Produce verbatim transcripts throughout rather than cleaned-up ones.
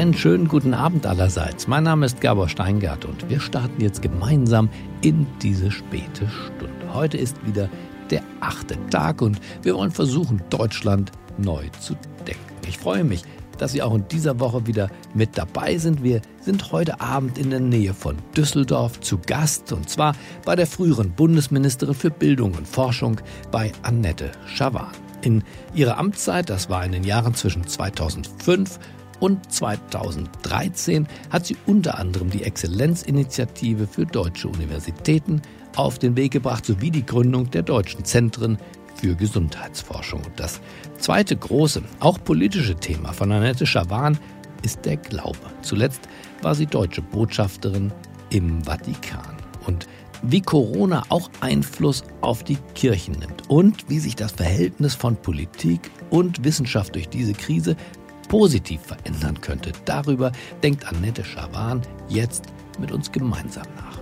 Einen schönen guten Abend allerseits. Mein Name ist Gabor Steingart und wir starten jetzt gemeinsam in diese späte Stunde. Heute ist wieder der achte Tag und wir wollen versuchen, Deutschland neu zu denken. Ich freue mich, dass Sie auch in dieser Woche wieder mit dabei sind. Wir sind heute Abend in der Nähe von Düsseldorf zu Gast, und zwar bei der früheren Bundesministerin für Bildung und Forschung, bei Annette Schavan. In ihrer Amtszeit, das war in den Jahren zwischen zweitausendfünf und zweitausenddreizehn, hat sie unter anderem die Exzellenzinitiative für deutsche Universitäten auf den Weg gebracht, sowie die Gründung der Deutschen Zentren für Gesundheitsforschung. Und das zweite große, auch politische Thema von Annette Schavan ist der Glaube. Zuletzt war sie deutsche Botschafterin im Vatikan. Und wie Corona auch Einfluss auf die Kirchen nimmt und wie sich das Verhältnis von Politik und Wissenschaft durch diese Krise positiv verändern könnte, darüber denkt Annette Schavan jetzt mit uns gemeinsam nach.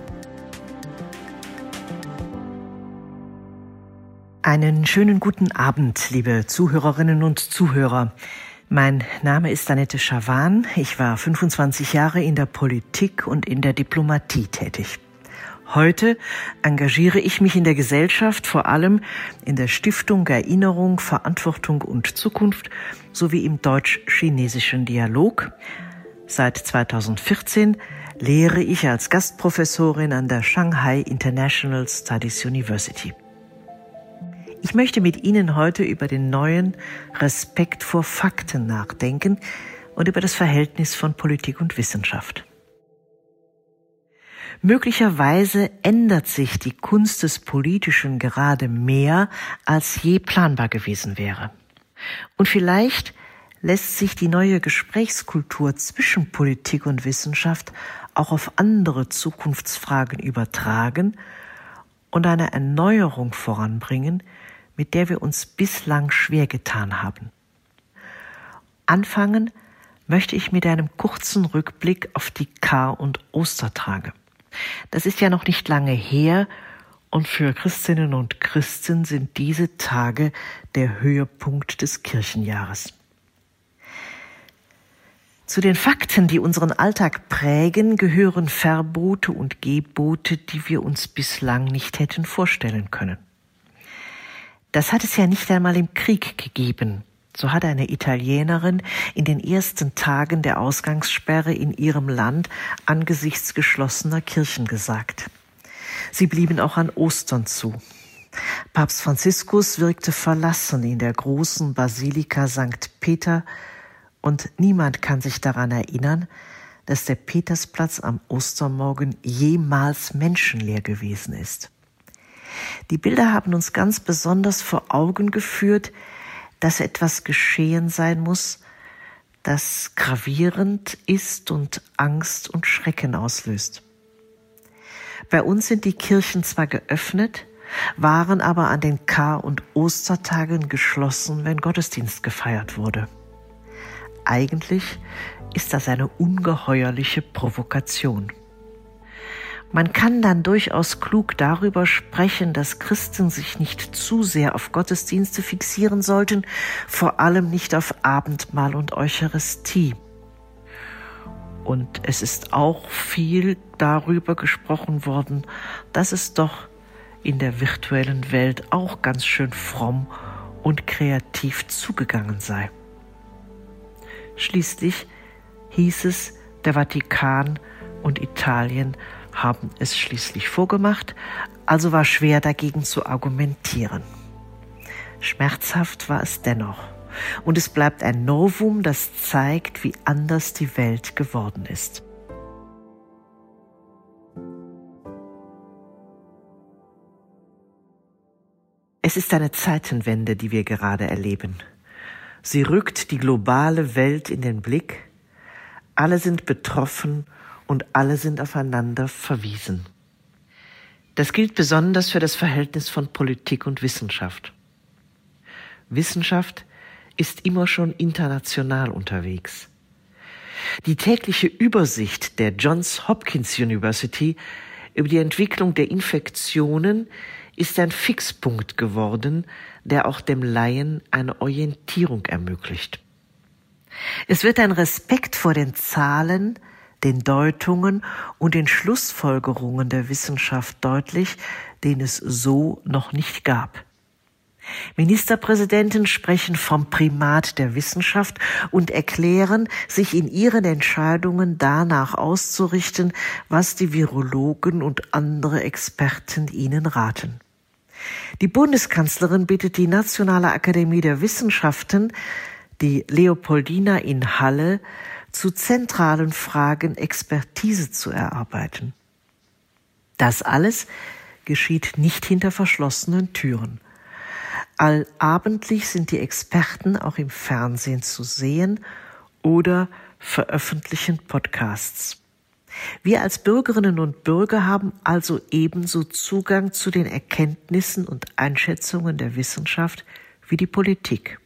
Einen schönen guten Abend, liebe Zuhörerinnen und Zuhörer. Mein Name ist Annette Schavan. Ich war fünfundzwanzig Jahre in der Politik und in der Diplomatie tätig. Heute engagiere ich mich in der Gesellschaft, vor allem in der Stiftung Erinnerung, Verantwortung und Zukunft sowie im deutsch-chinesischen Dialog. Seit zweitausendvierzehn lehre ich als Gastprofessorin an der Shanghai International Studies University. Ich möchte mit Ihnen heute über den neuen Respekt vor Fakten nachdenken und über das Verhältnis von Politik und Wissenschaft. Möglicherweise ändert sich die Kunst des Politischen gerade mehr, als je planbar gewesen wäre. Und vielleicht lässt sich die neue Gesprächskultur zwischen Politik und Wissenschaft auch auf andere Zukunftsfragen übertragen und eine Erneuerung voranbringen, mit der wir uns bislang schwer getan haben. Anfangen möchte ich mit einem kurzen Rückblick auf die Kar- und Ostertage. Das ist ja noch nicht lange her, und für Christinnen und Christen sind diese Tage der Höhepunkt des Kirchenjahres. Zu den Fakten, die unseren Alltag prägen, gehören Verbote und Gebote, die wir uns bislang nicht hätten vorstellen können. Das hat es ja nicht einmal im Krieg gegeben. So hat eine Italienerin in den ersten Tagen der Ausgangssperre in ihrem Land angesichts geschlossener Kirchen gesagt. Sie blieben auch an Ostern zu. Papst Franziskus wirkte verlassen in der großen Basilika Sankt Peter, und niemand kann sich daran erinnern, dass der Petersplatz am Ostermorgen jemals menschenleer gewesen ist. Die Bilder haben uns ganz besonders vor Augen geführt, dass etwas geschehen sein muss, das gravierend ist und Angst und Schrecken auslöst. Bei uns sind die Kirchen zwar geöffnet, waren aber an den Kar- und Ostertagen geschlossen, wenn Gottesdienst gefeiert wurde. Eigentlich ist das eine ungeheuerliche Provokation. Man kann dann durchaus klug darüber sprechen, dass Christen sich nicht zu sehr auf Gottesdienste fixieren sollten, vor allem nicht auf Abendmahl und Eucharistie. Und es ist auch viel darüber gesprochen worden, dass es doch in der virtuellen Welt auch ganz schön fromm und kreativ zugegangen sei. Schließlich hieß es, der Vatikan und Italien haben es schließlich vorgemacht, also war schwer dagegen zu argumentieren. Schmerzhaft war es dennoch. Und es bleibt ein Novum, das zeigt, wie anders die Welt geworden ist. Es ist eine Zeitenwende, die wir gerade erleben. Sie rückt die globale Welt in den Blick. Alle sind betroffen und alle sind aufeinander verwiesen. Das gilt besonders für das Verhältnis von Politik und Wissenschaft. Wissenschaft ist immer schon international unterwegs. Die tägliche Übersicht der Johns Hopkins University über die Entwicklung der Infektionen ist ein Fixpunkt geworden, der auch dem Laien eine Orientierung ermöglicht. Es wird ein Respekt vor den Zahlen, den Deutungen und den Schlussfolgerungen der Wissenschaft deutlich, den es so noch nicht gab. Ministerpräsidenten sprechen vom Primat der Wissenschaft und erklären, sich in ihren Entscheidungen danach auszurichten, was die Virologen und andere Experten ihnen raten. Die Bundeskanzlerin bittet die Nationale Akademie der Wissenschaften, die Leopoldina in Halle, zu zentralen Fragen Expertise zu erarbeiten. Das alles geschieht nicht hinter verschlossenen Türen. Allabendlich sind die Experten auch im Fernsehen zu sehen oder veröffentlichen Podcasts. Wir als Bürgerinnen und Bürger haben also ebenso Zugang zu den Erkenntnissen und Einschätzungen der Wissenschaft wie die Politik.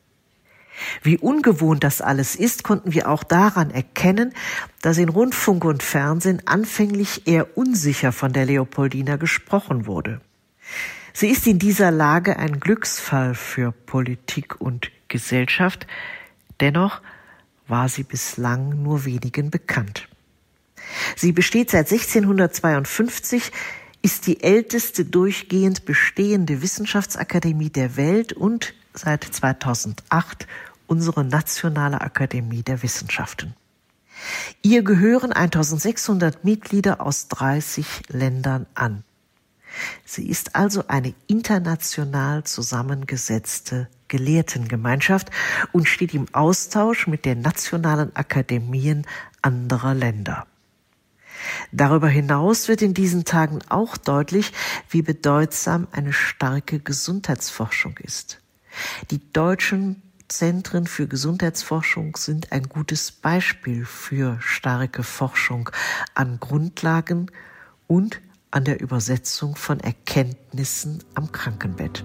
Wie ungewohnt das alles ist, konnten wir auch daran erkennen, dass in Rundfunk und Fernsehen anfänglich eher unsicher von der Leopoldina gesprochen wurde. Sie ist in dieser Lage ein Glücksfall für Politik und Gesellschaft, dennoch war sie bislang nur wenigen bekannt. Sie besteht seit sechzehnhundertzweiundfünfzig, ist die älteste durchgehend bestehende Wissenschaftsakademie der Welt und seit zweitausendacht unsere Nationale Akademie der Wissenschaften. Ihr gehören eintausendsechshundert Mitglieder aus dreißig Ländern an. Sie ist also eine international zusammengesetzte Gelehrtengemeinschaft und steht im Austausch mit den nationalen Akademien anderer Länder. Darüber hinaus wird in diesen Tagen auch deutlich, wie bedeutsam eine starke Gesundheitsforschung ist. Die deutschen Zentren für Gesundheitsforschung sind ein gutes Beispiel für starke Forschung an Grundlagen und an der Übersetzung von Erkenntnissen am Krankenbett.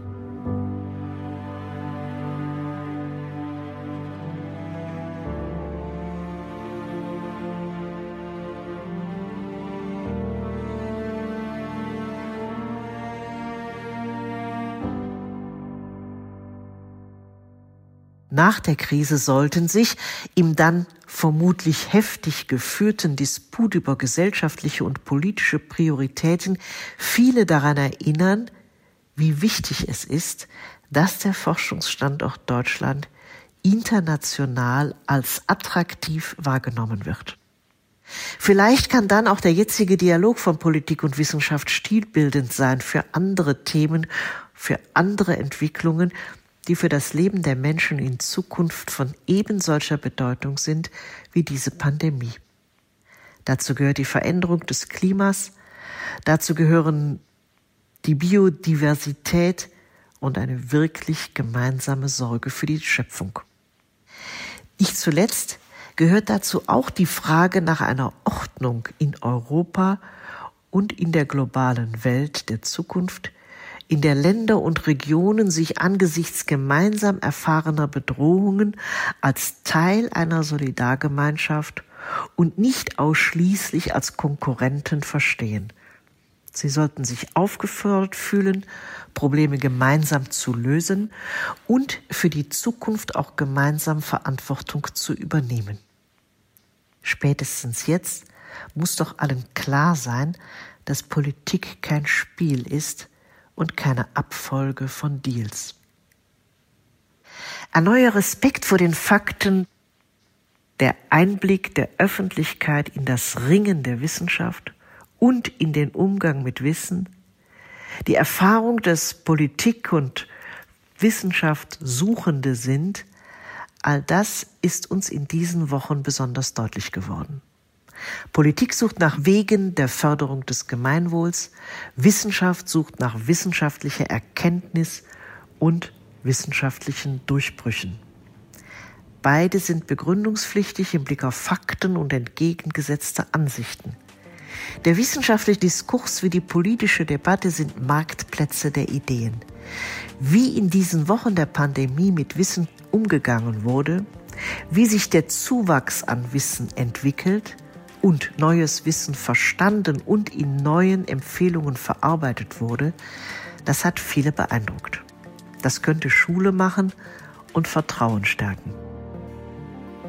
Nach der Krise sollten sich im dann vermutlich heftig geführten Disput über gesellschaftliche und politische Prioritäten viele daran erinnern, wie wichtig es ist, dass der Forschungsstandort Deutschland international als attraktiv wahrgenommen wird. Vielleicht kann dann auch der jetzige Dialog von Politik und Wissenschaft stilbildend sein für andere Themen, für andere Entwicklungen, die für das Leben der Menschen in Zukunft von ebensolcher Bedeutung sind wie diese Pandemie. Dazu gehört die Veränderung des Klimas, dazu gehören die Biodiversität und eine wirklich gemeinsame Sorge für die Schöpfung. Nicht zuletzt gehört dazu auch die Frage nach einer Ordnung in Europa und in der globalen Welt der Zukunft, in der Länder und Regionen sich angesichts gemeinsam erfahrener Bedrohungen als Teil einer Solidargemeinschaft und nicht ausschließlich als Konkurrenten verstehen. Sie sollten sich aufgefordert fühlen, Probleme gemeinsam zu lösen und für die Zukunft auch gemeinsam Verantwortung zu übernehmen. Spätestens jetzt muss doch allen klar sein, dass Politik kein Spiel ist und keine Abfolge von Deals. Ein neuer Respekt vor den Fakten, der Einblick der Öffentlichkeit in das Ringen der Wissenschaft und in den Umgang mit Wissen, die Erfahrung, dass Politik und Wissenschaft Suchende sind, all das ist uns in diesen Wochen besonders deutlich geworden. Politik sucht nach Wegen der Förderung des Gemeinwohls, Wissenschaft sucht nach wissenschaftlicher Erkenntnis und wissenschaftlichen Durchbrüchen. Beide sind begründungspflichtig im Blick auf Fakten und entgegengesetzte Ansichten. Der wissenschaftliche Diskurs wie die politische Debatte sind Marktplätze der Ideen. Wie in diesen Wochen der Pandemie mit Wissen umgegangen wurde, wie sich der Zuwachs an Wissen entwickelt und neues Wissen verstanden und in neuen Empfehlungen verarbeitet wurde, das hat viele beeindruckt. Das könnte Schule machen und Vertrauen stärken.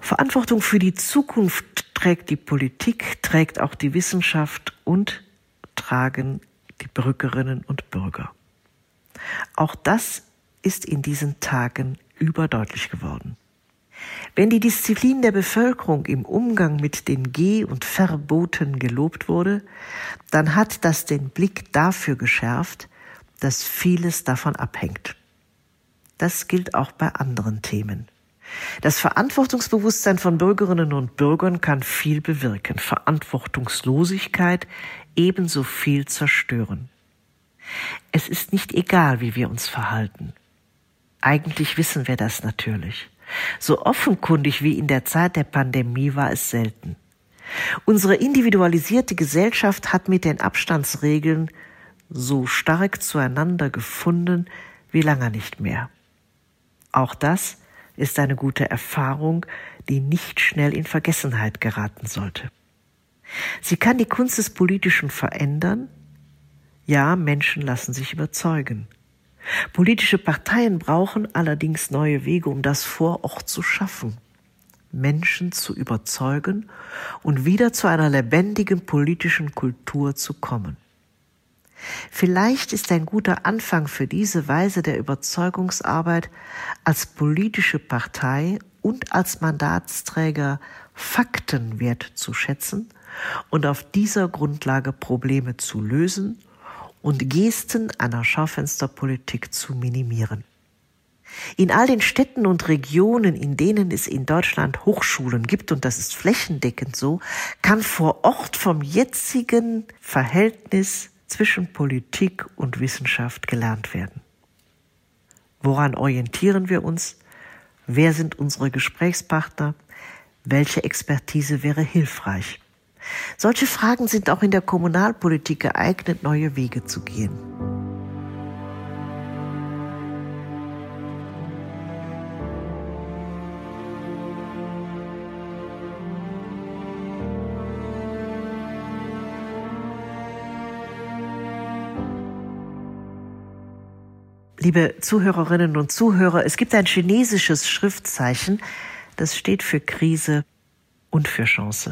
Verantwortung für die Zukunft trägt die Politik, trägt auch die Wissenschaft und tragen die Bürgerinnen und Bürger. Auch das ist in diesen Tagen überdeutlich geworden. Wenn die Disziplin der Bevölkerung im Umgang mit den Geh- und Verboten gelobt wurde, dann hat das den Blick dafür geschärft, dass vieles davon abhängt. Das gilt auch bei anderen Themen. Das Verantwortungsbewusstsein von Bürgerinnen und Bürgern kann viel bewirken, Verantwortungslosigkeit ebenso viel zerstören. Es ist nicht egal, wie wir uns verhalten. Eigentlich wissen wir das natürlich. So offenkundig wie in der Zeit der Pandemie war es selten. Unsere individualisierte Gesellschaft hat mit den Abstandsregeln so stark zueinander gefunden wie lange nicht mehr. Auch das ist eine gute Erfahrung, die nicht schnell in Vergessenheit geraten sollte. Sie kann die Kunst des Politischen verändern. Ja, Menschen lassen sich überzeugen. Politische Parteien brauchen allerdings neue Wege, um das vor Ort zu schaffen, Menschen zu überzeugen und wieder zu einer lebendigen politischen Kultur zu kommen. Vielleicht ist ein guter Anfang für diese Weise der Überzeugungsarbeit, als politische Partei und als Mandatsträger Fakten wertzuschätzen und auf dieser Grundlage Probleme zu lösen und Gesten einer Schaufensterpolitik zu minimieren. In all den Städten und Regionen, in denen es in Deutschland Hochschulen gibt, und das ist flächendeckend so, kann vor Ort vom jetzigen Verhältnis zwischen Politik und Wissenschaft gelernt werden. Woran orientieren wir uns? Wer sind unsere Gesprächspartner? Welche Expertise wäre hilfreich? Solche Fragen sind auch in der Kommunalpolitik geeignet, neue Wege zu gehen. Liebe Zuhörerinnen und Zuhörer, es gibt ein chinesisches Schriftzeichen, das steht für Krise und für Chance.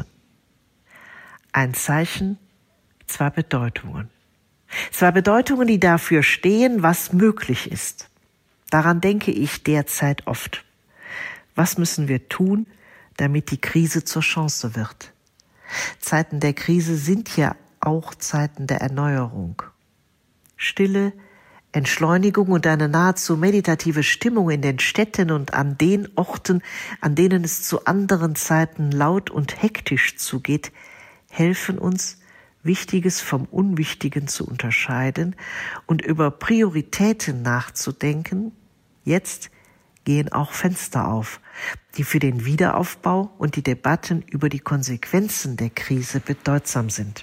Ein Zeichen, zwei Bedeutungen. Zwei Bedeutungen, die dafür stehen, was möglich ist. Daran denke ich derzeit oft. Was müssen wir tun, damit die Krise zur Chance wird? Zeiten der Krise sind ja auch Zeiten der Erneuerung. Stille, Entschleunigung und eine nahezu meditative Stimmung in den Städten und an den Orten, an denen es zu anderen Zeiten laut und hektisch zugeht, helfen uns, Wichtiges vom Unwichtigen zu unterscheiden und über Prioritäten nachzudenken. Jetzt gehen auch Fenster auf, die für den Wiederaufbau und die Debatten über die Konsequenzen der Krise bedeutsam sind.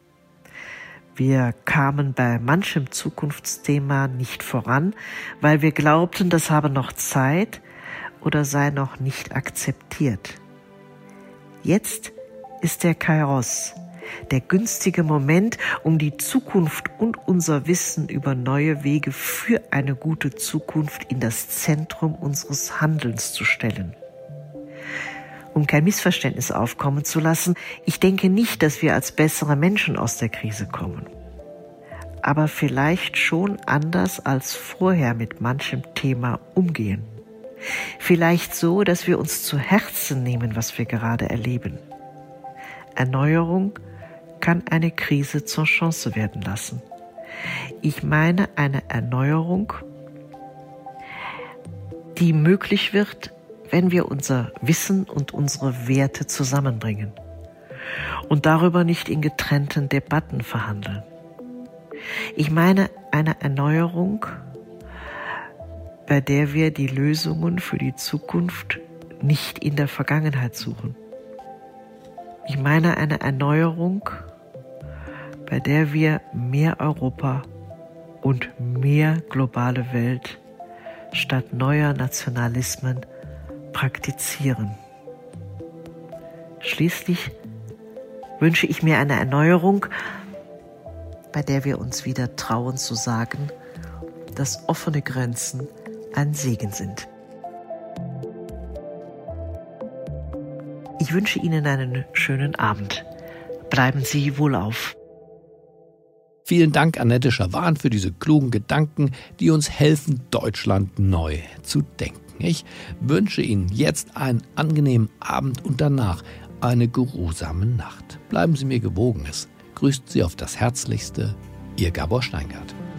Wir kamen bei manchem Zukunftsthema nicht voran, weil wir glaubten, das habe noch Zeit oder sei noch nicht akzeptiert. Jetzt ist der Kairos, der günstige Moment, um die Zukunft und unser Wissen über neue Wege für eine gute Zukunft in das Zentrum unseres Handelns zu stellen. Um kein Missverständnis aufkommen zu lassen, ich denke nicht, dass wir als bessere Menschen aus der Krise kommen. Aber vielleicht schon anders als vorher mit manchem Thema umgehen. Vielleicht so, dass wir uns zu Herzen nehmen, was wir gerade erleben. Erneuerung kann eine Krise zur Chance werden lassen. Ich meine eine Erneuerung, die möglich wird, wenn wir unser Wissen und unsere Werte zusammenbringen und darüber nicht in getrennten Debatten verhandeln. Ich meine eine Erneuerung, bei der wir die Lösungen für die Zukunft nicht in der Vergangenheit suchen. Ich meine eine Erneuerung, bei der wir mehr Europa und mehr globale Welt statt neuer Nationalismen praktizieren. Schließlich wünsche ich mir eine Erneuerung, bei der wir uns wieder trauen zu sagen, dass offene Grenzen ein Segen sind. Ich wünsche Ihnen einen schönen Abend. Bleiben Sie wohlauf. Vielen Dank, Annette Schawan, für diese klugen Gedanken, die uns helfen, Deutschland neu zu denken. Ich wünsche Ihnen jetzt einen angenehmen Abend und danach eine geruhsame Nacht. Bleiben Sie mir gewogen. Es grüßt Sie auf das Herzlichste, Ihr Gabor Steingart.